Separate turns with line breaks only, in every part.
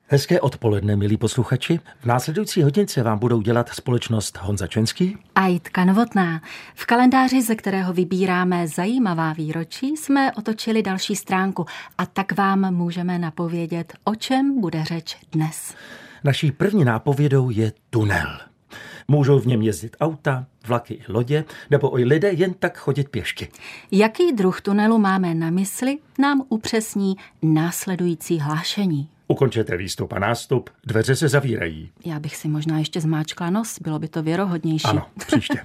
Hezké odpoledne, milí posluchači. V následující hodince vám budou dělat společnost Honza Čenský
a Jitka Novotná. V kalendáři, ze kterého vybíráme zajímavá výročí, jsme otočili další stránku a tak vám můžeme napovědět, o čem bude řeč dnes.
Naší první nápovědou je tunel. Můžou v něm jezdit auta, vlaky i lodě, nebo i lidé jen tak chodit pěšky.
Jaký druh tunelu máme na mysli, nám upřesní následující hlášení.
Ukončete výstup a nástup, dveře se zavírají.
Já bych si možná ještě zmáčkla nos, bylo by to věrohodnější.
Ano, příště.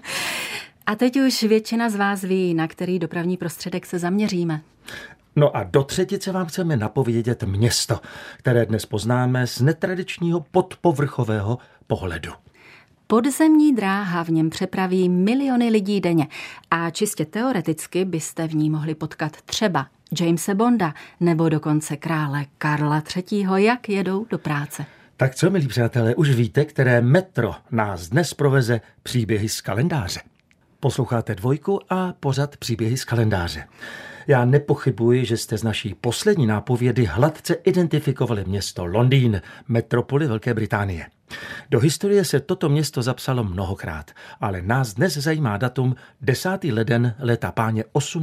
A teď už většina z vás ví, na který dopravní prostředek se zaměříme.
No a do třetice vám chceme napovědět město, které dnes poznáme z netradičního podpovrchového pohledu.
Podzemní dráha v něm přepraví miliony lidí denně a čistě teoreticky byste v ní mohli potkat třeba Jamese Bonda nebo dokonce krále Karla III., jak jedou do práce.
Tak co, milí přátelé, už víte, které metro nás dnes proveze příběhy z kalendáře. Posloucháte Dvojku a pořad Příběhy z kalendáře. Já nepochybuji, že jste z naší poslední nápovědy hladce identifikovali město Londýn, metropoli Velké Británie. Do historie se toto město zapsalo mnohokrát, ale nás dnes zajímá datum 10. leden léta páně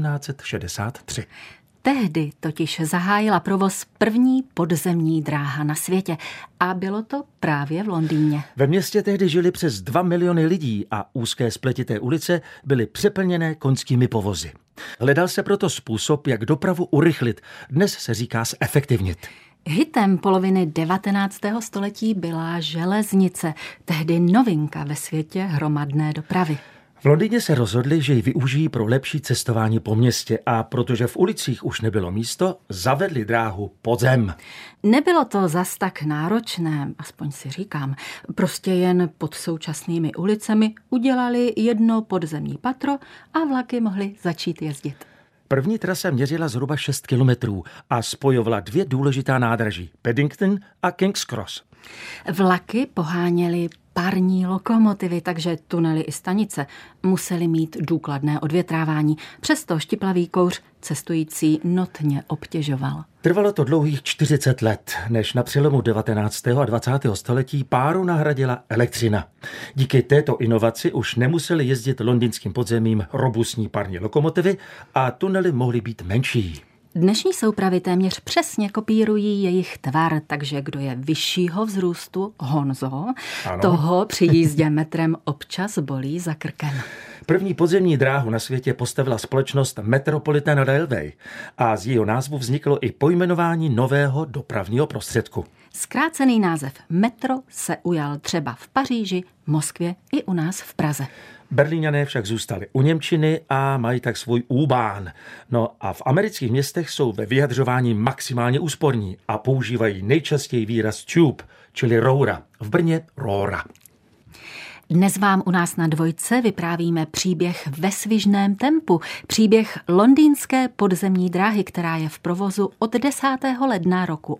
1863.
Tehdy totiž zahájila provoz první podzemní dráha na světě a bylo to právě v Londýně.
Ve městě tehdy žili přes 2 miliony lidí a úzké spletité ulice byly přeplněné koňskými povozy. Hledal se proto způsob, jak dopravu urychlit, dnes se říká zefektivnit.
Hitem poloviny 19. století byla železnice, tehdy novinka ve světě hromadné dopravy.
V Londýně se rozhodli, že ji využijí pro lepší cestování po městě a protože v ulicích už nebylo místo, zavedli dráhu pod zem.
Nebylo to zas tak náročné, aspoň si říkám. Prostě jen pod současnými ulicemi udělali jedno podzemní patro a vlaky mohly začít jezdit.
První trasa měřila zhruba 6 kilometrů a spojovala 2 důležitá nádraží, Paddington a King's Cross.
Vlaky poháněly parní lokomotivy, takže tunely i stanice musely mít důkladné odvětrávání. Přesto štiplavý kouř cestující notně obtěžoval.
Trvalo to dlouhých 40 let, než na přelomu 19. a 20. století páru nahradila elektřina. Díky této inovaci už nemuseli jezdit londýnským podzemím robustní parní lokomotivy a tunely mohly být menší.
Dnešní soupravy téměř přesně kopírují jejich tvar, takže kdo je vyššího vzrůstu, Honzo, ano, toho při jízdě metrem občas bolí za krkem.
První podzemní dráhu na světě postavila společnost Metropolitan Railway a z jejího názvu vzniklo i pojmenování nového dopravního prostředku.
Zkrácený název metro se ujal třeba v Paříži, Moskvě i u nás v Praze.
Berlíňané však zůstali u němčiny a mají tak svůj U-Bahn. No a v amerických městech jsou ve vyjadřování maximálně úsporní a používají nejčastěji výraz tube, čili roura. V Brně róra.
Dnes vám u nás na Dvojce vyprávíme příběh ve svižném tempu. Příběh londýnské podzemní dráhy, která je v provozu od 10. ledna roku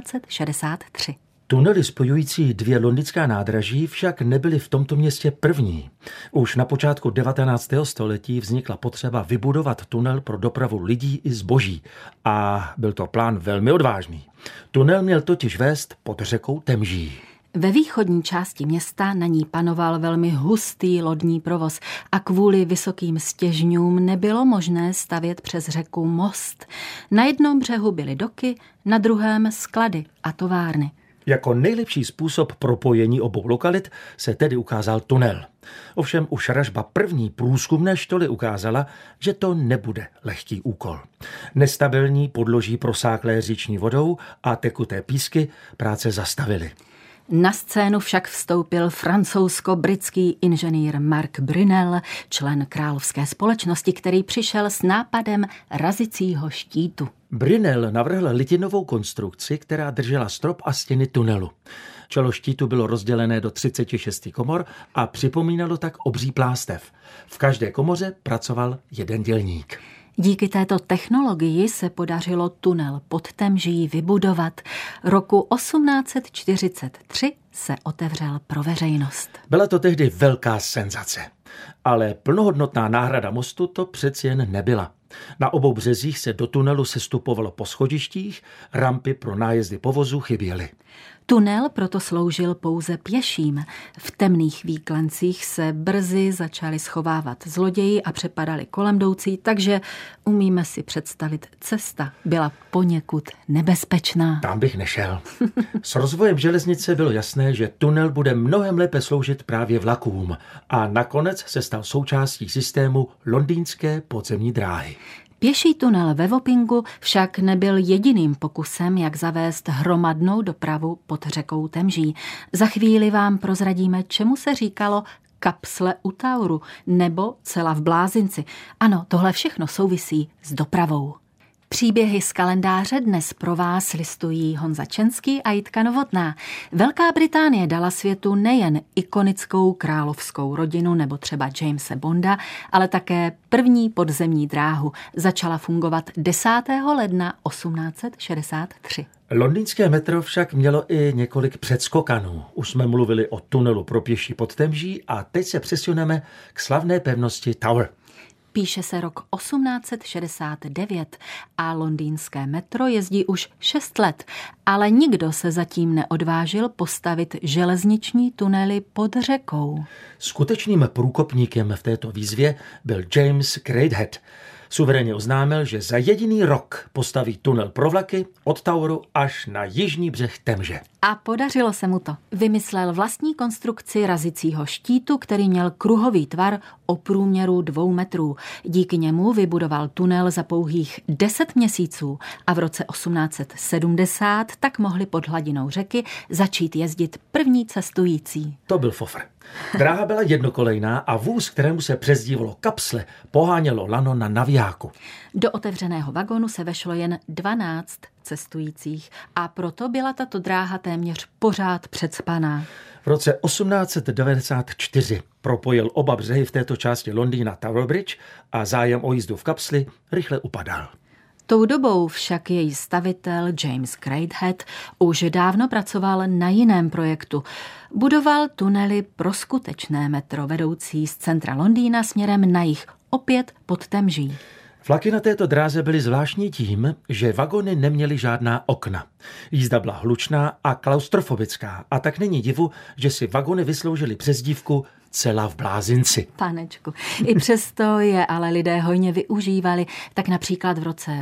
1863.
Tunely spojující 2 londýnská nádraží však nebyly v tomto městě první. Už na počátku 19. století vznikla potřeba vybudovat tunel pro dopravu lidí i zboží a byl to plán velmi odvážný. Tunel měl totiž vést pod řekou Temží.
Ve východní části města na ní panoval velmi hustý lodní provoz a kvůli vysokým stěžňům nebylo možné stavět přes řeku most. Na jednom břehu byly doky, na druhém sklady a továrny.
Jako nejlepší způsob propojení obou lokalit se tedy ukázal tunel. Ovšem už ražba první průzkumné štoly ukázala, že to nebude lehký úkol. Nestabilní podloží prosáklé říční vodou a tekuté písky práce zastavily.
Na scénu však vstoupil francouzsko-britský inženýr Mark Brunel, člen královské společnosti, který přišel s nápadem razicího štítu.
Brunel navrhl litinovou konstrukci, která držela strop a stěny tunelu. Čelo štítu bylo rozdělené do 36 komor a připomínalo tak obří plástev. V každé komoře pracoval jeden dělník.
Díky této technologii se podařilo tunel pod Temží vybudovat. Roku 1843 se otevřel pro veřejnost.
Byla to tehdy velká senzace, ale plnohodnotná náhrada mostu to přeci jen nebyla. Na obou březích se do tunelu sestupovalo po schodištích, rampy pro nájezdy povozu chyběly.
Tunel proto sloužil pouze pěším. V temných výklencích se brzy začali schovávat zloději a přepadali kolem jdoucí, takže umíme si představit, cesta byla poněkud nebezpečná.
Tam bych nešel. S rozvojem železnice bylo jasné, že tunel bude mnohem lépe sloužit právě vlakům a nakonec se stal součástí systému londýnské podzemní dráhy.
Pěší tunel ve Wappingu však nebyl jediným pokusem, jak zavést hromadnou dopravu pod řekou Temží. Za chvíli vám prozradíme, čemu se říkalo kapsle u Toweru nebo cela v Blázinci. Ano, tohle všechno souvisí s dopravou. Příběhy z kalendáře dnes pro vás listují Honza Čenský a Jitka Novotná. Velká Británie dala světu nejen ikonickou královskou rodinu nebo třeba Jamese Bonda, ale také první podzemní dráhu. Začala fungovat 10. ledna 1863.
Londýnské metro však mělo i několik předskokanů. Už jsme mluvili o tunelu pro pěší pod Temží a teď se přesuneme k slavné pevnosti Tower.
Píše se rok 1869 a londýnské metro jezdí už 6 let, ale nikdo se zatím neodvážil postavit železniční tunely pod řekou.
Skutečným průkopníkem v této výzvě byl James Greathead. Suverénně oznámil, že za jediný rok postaví tunel pro vlaky od Toweru až na jižní břeh Temže.
A podařilo se mu to. Vymyslel vlastní konstrukci razicího štítu, který měl kruhový tvar o průměru 2 metrů. Díky němu vybudoval tunel za pouhých 10 měsíců a v roce 1870 tak mohli pod hladinou řeky začít jezdit první cestující.
To byl fofr. Dráha byla jednokolejná a vůz, kterému se přezdívalo kapsle, pohánělo lano na navijáku.
Do otevřeného vagonu se vešlo jen 12 cestujících a proto byla tato dráha téměř pořád přecpaná.
V roce 1894 propojil oba břehy v této části Londýna Tower Bridge a zájem o jízdu v kapsli rychle upadal.
Tou dobou však její stavitel James Greathead už dávno pracoval na jiném projektu. Budoval tunely pro skutečné metro vedoucí z centra Londýna směrem na jih, opět pod Temží.
Vlaky na této dráze byly zvláštní tím, že vagony neměly žádná okna. Jízda byla hlučná a klaustrofobická a tak není divu, že si vagony vysloužily přezdívku cela v Blázinci.
Panečku. I přesto je ale lidé hojně využívali, tak například v roce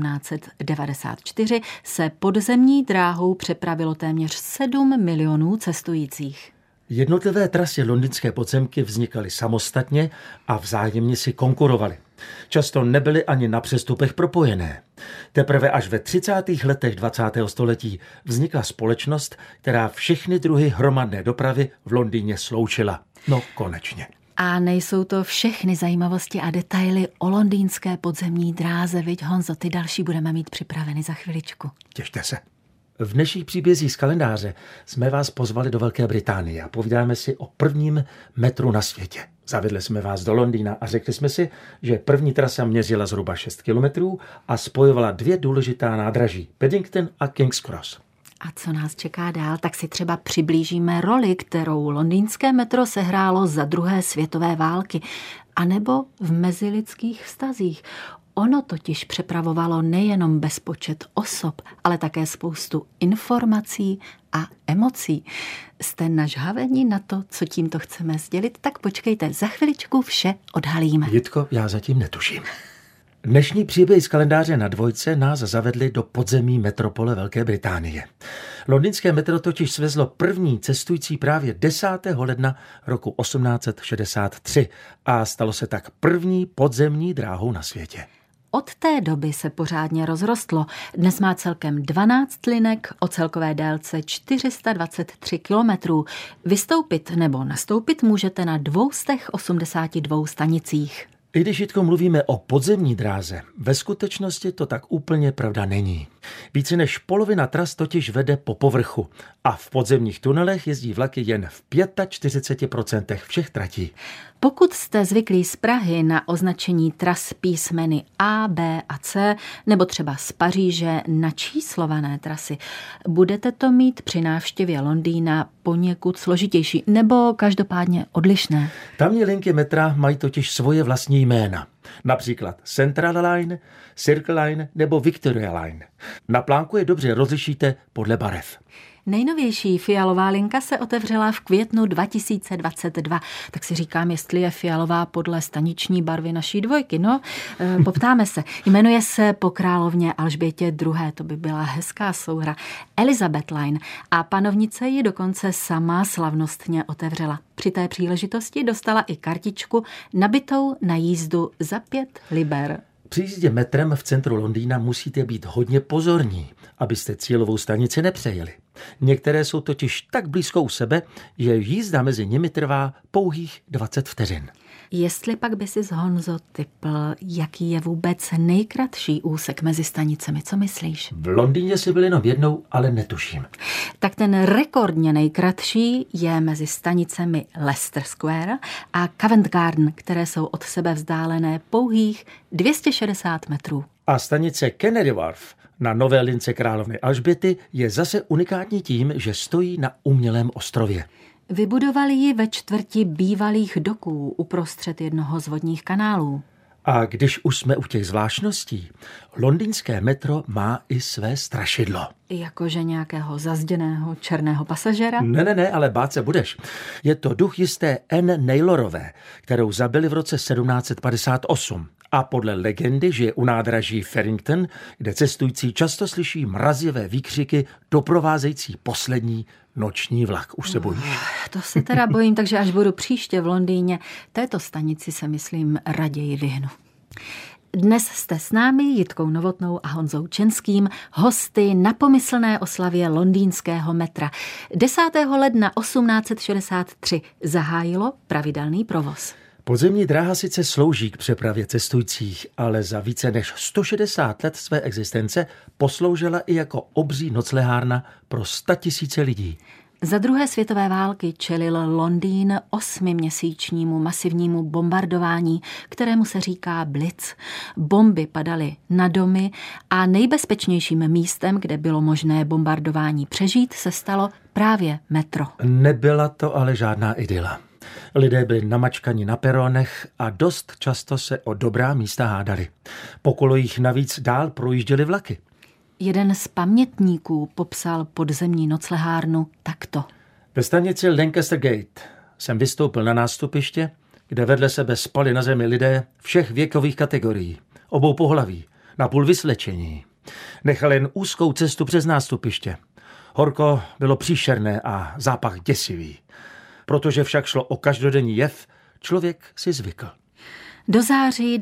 1894 se podzemní dráhou přepravilo téměř 7 milionů cestujících.
Jednotlivé trasy londýnské podzemky vznikaly samostatně a vzájemně si konkurovaly. Často nebyly ani na přestupech propojené. Teprve až ve 30. letech 20. století vznikla společnost, která všechny druhy hromadné dopravy v Londýně sloučila. No konečně.
A nejsou to všechny zajímavosti a detaily o londýnské podzemní dráze, viď Honzo, ty další budeme mít připraveny za chviličku.
Těšte se. V dnešních příbězích z kalendáře jsme vás pozvali do Velké Británie a povídáme si o prvním metru na světě. Zavedli jsme vás do Londýna a řekli jsme si, že první trasa měřila zhruba 6 kilometrů a spojovala 2 důležitá nádraží, Paddington a King's Cross.
A co nás čeká dál, tak si třeba přiblížíme roli, kterou londýnské metro sehrálo za 2. světové války, anebo v mezilidských vztazích. Ono totiž přepravovalo nejenom bezpočet osob, ale také spoustu informací a emocí. Jste nažhavení na to, co tímto chceme sdělit? Tak počkejte, za chviličku vše odhalíme.
Jitko, já zatím netuším. Dnešní příběhy z kalendáře na dvojce nás zavedly do podzemí metropole Velké Británie. Londýnské metro totiž svezlo první cestující právě 10. ledna roku 1863 a stalo se tak první podzemní dráhou na světě.
Od té doby se pořádně rozrostlo. Dnes má celkem 12 linek o celkové délce 423 kilometrů. Vystoupit nebo nastoupit můžete na 282 stanicích.
I když, Jitko, mluvíme o podzemní dráze, ve skutečnosti to tak úplně pravda není. Více než polovina tras totiž vede po povrchu a v podzemních tunelech jezdí vlaky jen v 45% všech tratí.
Pokud jste zvyklí z Prahy na označení tras písmeny A, B a C, nebo třeba z Paříže na číslované trasy, budete to mít při návštěvě Londýna poněkud složitější nebo každopádně odlišné.
Tamní linky metra mají totiž svoje vlastní jména. Například Central Line, Circle Line nebo Victoria Line. Na plánku je dobře rozlišíte podle barev.
Nejnovější fialová linka se otevřela v květnu 2022. Tak si říkám, jestli je fialová podle staniční barvy naší dvojky. No, poptáme se. Jmenuje se po královně Alžbětě II. To by byla hezká souhra. Elizabeth Line. A panovnice ji dokonce sama slavnostně otevřela. Při té příležitosti dostala i kartičku nabitou na jízdu za 5 liber.
Při jízdě metrem v centru Londýna musíte být hodně pozorní, abyste cílovou stanici nepřejeli. Některé jsou totiž tak blízko u sebe, že jízda mezi nimi trvá pouhých 20 vteřin.
Jestli pak by si s Honzo tipl, jaký je vůbec nejkratší úsek mezi stanicemi, co myslíš?
V Londýně si byl jenom jednou, ale netuším.
Tak ten rekordně nejkratší je mezi stanicemi Leicester Square a Covent Garden, které jsou od sebe vzdálené pouhých 260 metrů.
A stanice Canary Wharf na nové lince královny Alžběty je zase unikátní tím, že stojí na umělém ostrově.
Vybudovali ji ve čtvrti bývalých doků uprostřed jednoho z vodních kanálů.
A když už jsme u těch zvláštností, londýnské metro má i své strašidlo.
Jakože nějakého zazděného černého pasažéra?
Ne, ale bát se budeš. Je to duch jisté Anne Naylorové, kterou zabili v roce 1758. A podle legendy žije u nádraží Farringdon, kde cestující často slyší mrazivé výkřiky doprovázející poslední noční vlak. Už se bojíš?
To se teda bojím, takže až budu příště v Londýně, této stanici se myslím raději vyhnu. Dnes jste s námi, Jitkou Novotnou a Honzou Čenským, hosty na pomyslné oslavě londýnského metra. 10. ledna 1863 zahájilo pravidelný provoz.
Podzemní dráha sice slouží k přepravě cestujících, ale za více než 160 let své existence posloužila i jako obří noclehárna pro 100 000 lidí.
Za druhé světové války čelil Londýn 8měsíčnímu masivnímu bombardování, kterému se říká Blitz. Bomby padaly na domy a nejbezpečnějším místem, kde bylo možné bombardování přežít, se stalo právě metro.
Nebyla to ale žádná idyla. Lidé byli namačkani na peronech a dost často se o dobrá místa hádali. Po kolejích navíc dál projížděly vlaky.
Jeden z pamětníků popsal podzemní noclehárnu takto.
Ve stanici Lancaster Gate jsem vystoupil na nástupiště, kde vedle sebe spali na zemi lidé všech věkových kategorií, obou pohlaví, napůl vyslečení. Nechal jen úzkou cestu přes nástupiště. Horko bylo příšerné a zápach děsivý. Protože však šlo o každodenní jev, člověk si zvykl.
Do září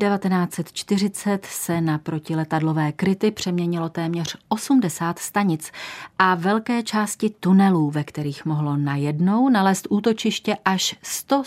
1940 se na protiletadlové kryty přeměnilo téměř 80 stanic a velké části tunelů, ve kterých mohlo najednou nalézt útočiště až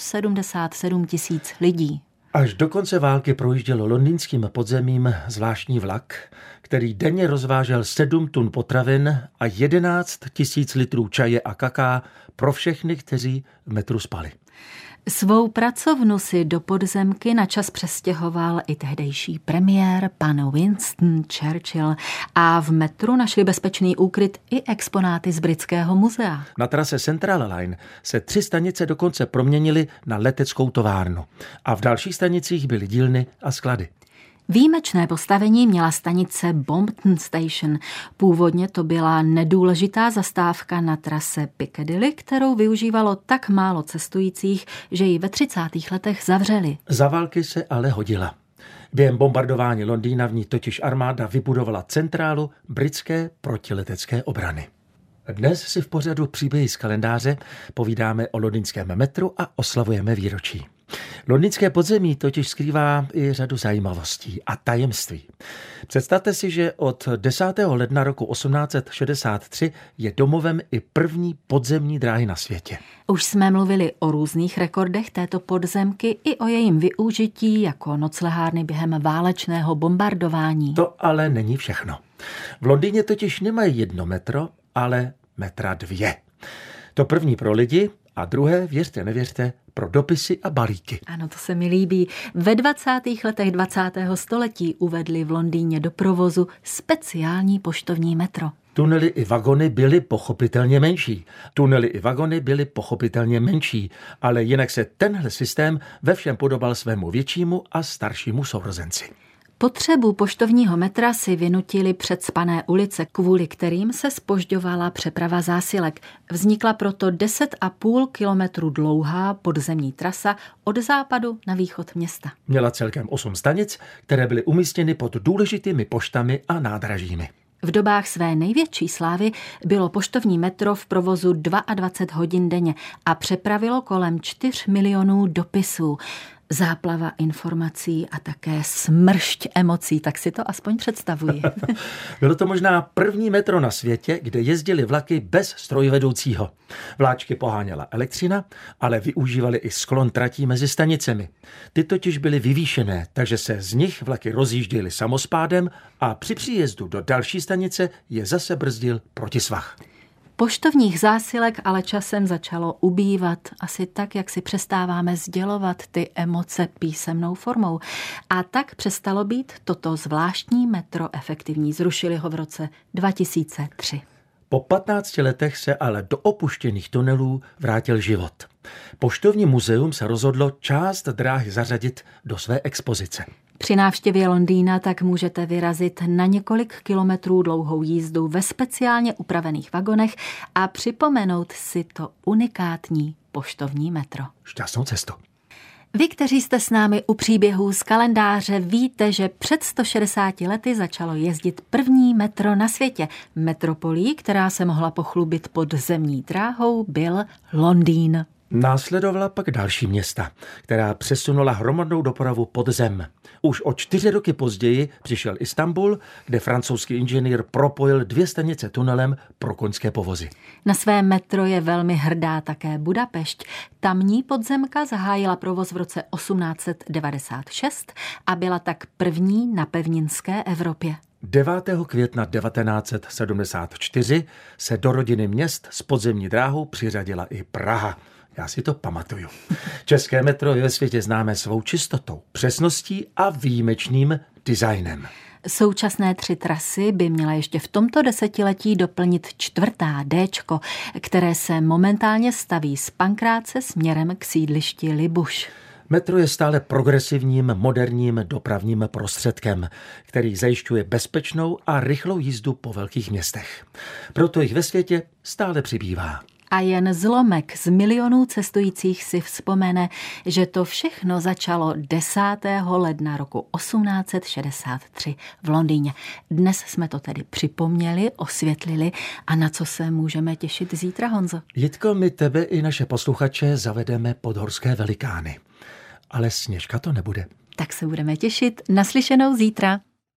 177 000 lidí.
Až do konce války projížděl londýnským podzemím zvláštní vlak, který denně rozvážel 7 tun potravin a 11 000 litrů čaje a kaká pro všechny, kteří v metru spali.
Svou pracovnu si do podzemky na čas přestěhoval i tehdejší premiér pan Winston Churchill a v metru našli bezpečný úkryt i exponáty z Britského muzea.
Na trase Central Line se 3 stanice dokonce proměnily na leteckou továrnu a v dalších stanicích byly dílny a sklady.
Výjimečné postavení měla stanice Brompton Station. Původně to byla nedůležitá zastávka na trase Piccadilly, kterou využívalo tak málo cestujících, že ji ve 30. letech zavřeli.
Za války se ale hodila. Během bombardování Londýna v ní totiž armáda vybudovala centrálu britské protiletecké obrany. Dnes si v pořadu Příběhy z kalendáře povídáme o londýnském metru a oslavujeme výročí. Londýnské podzemí totiž skrývá i řadu zajímavostí a tajemství. Představte si, že od 10. ledna roku 1863 je domovem i první podzemní dráhy na světě.
Už jsme mluvili o různých rekordech této podzemky i o jejím využití jako noclehárny během válečného bombardování.
To ale není všechno. V Londýně totiž nemají 1 metro, ale metra 2. To první pro lidi a druhé, věřte nevěřte, pro dopisy a balíky.
Ano, to se mi líbí. Ve 20. letech 20. století uvedli v Londýně do provozu speciální poštovní metro.
Tunely i vagony byly pochopitelně menší, ale jinak se tenhle systém ve všem podobal svému většímu a staršímu sourozenci.
Potřebu poštovního metra si vynutili předspané ulice, kvůli kterým se zpožďovala přeprava zásilek. Vznikla proto 10,5 kilometru dlouhá podzemní trasa od západu na východ města.
Měla celkem 8 stanic, které byly umístěny pod důležitými poštami a nádražími.
V dobách své největší slávy bylo poštovní metro v provozu 22 hodin denně a přepravilo kolem 4 milionů dopisů. Záplava informací a také smršť emocí, tak si to aspoň představuji.
Bylo to možná první metro na světě, kde jezdily vlaky bez strojvedoucího. Vláčky poháněla elektřina, ale využívaly i sklon tratí mezi stanicemi. Ty totiž byly vyvýšené, takže se z nich vlaky rozjížděly samospádem a při příjezdu do další stanice je zase brzdil protisvah.
Poštovních zásilek ale časem začalo ubývat, asi tak, jak si přestáváme sdělovat ty emoce písemnou formou. A tak přestalo být toto zvláštní metro efektivní. Zrušili ho v roce 2003.
Po 15 letech se ale do opuštěných tunelů vrátil život. Poštovní muzeum se rozhodlo část dráhy zařadit do své expozice.
Při návštěvě Londýna tak můžete vyrazit na několik kilometrů dlouhou jízdu ve speciálně upravených vagonech a připomenout si to unikátní poštovní metro.
Šťastnou cestu.
Vy, kteří jste s námi u příběhů z kalendáře, víte, že před 160 lety začalo jezdit první metro na světě. Metropolí, která se mohla pochlubit podzemní dráhou, byl Londýn.
Následovala pak další města, která přesunula hromadnou dopravu pod zem. Už o 4 roky později přišel Istanbul, kde francouzský inženýr propojil 2 stanice tunelem pro koňské povozy.
Na své metro je velmi hrdá také Budapešť. Tamní podzemka zahájila provoz v roce 1896 a byla tak první na pevninské Evropě.
9. května 1974 se do rodiny měst s podzemní dráhou přiřadila i Praha. Já si to pamatuju. České metro je ve světě známé svou čistotou, přesností a výjimečným designem.
Současné 3 trasy by měla ještě v tomto desetiletí doplnit 4. Déčko, které se momentálně staví z Pankráce směrem k sídlišti Libuš.
Metro je stále progresivním, moderním dopravním prostředkem, který zajišťuje bezpečnou a rychlou jízdu po velkých městech. Proto jich ve světě stále přibývá.
A jen zlomek z milionů cestujících si vzpomene, že to všechno začalo 10. ledna roku 1863 v Londýně. Dnes jsme to tedy připomněli, osvětlili a na co se můžeme těšit zítra, Honzo?
Jitko, my tebe i naše posluchače zavedeme pod horské velikány. Ale Sněžka to nebude.
Tak se budeme těšit. Naslyšenou zítra.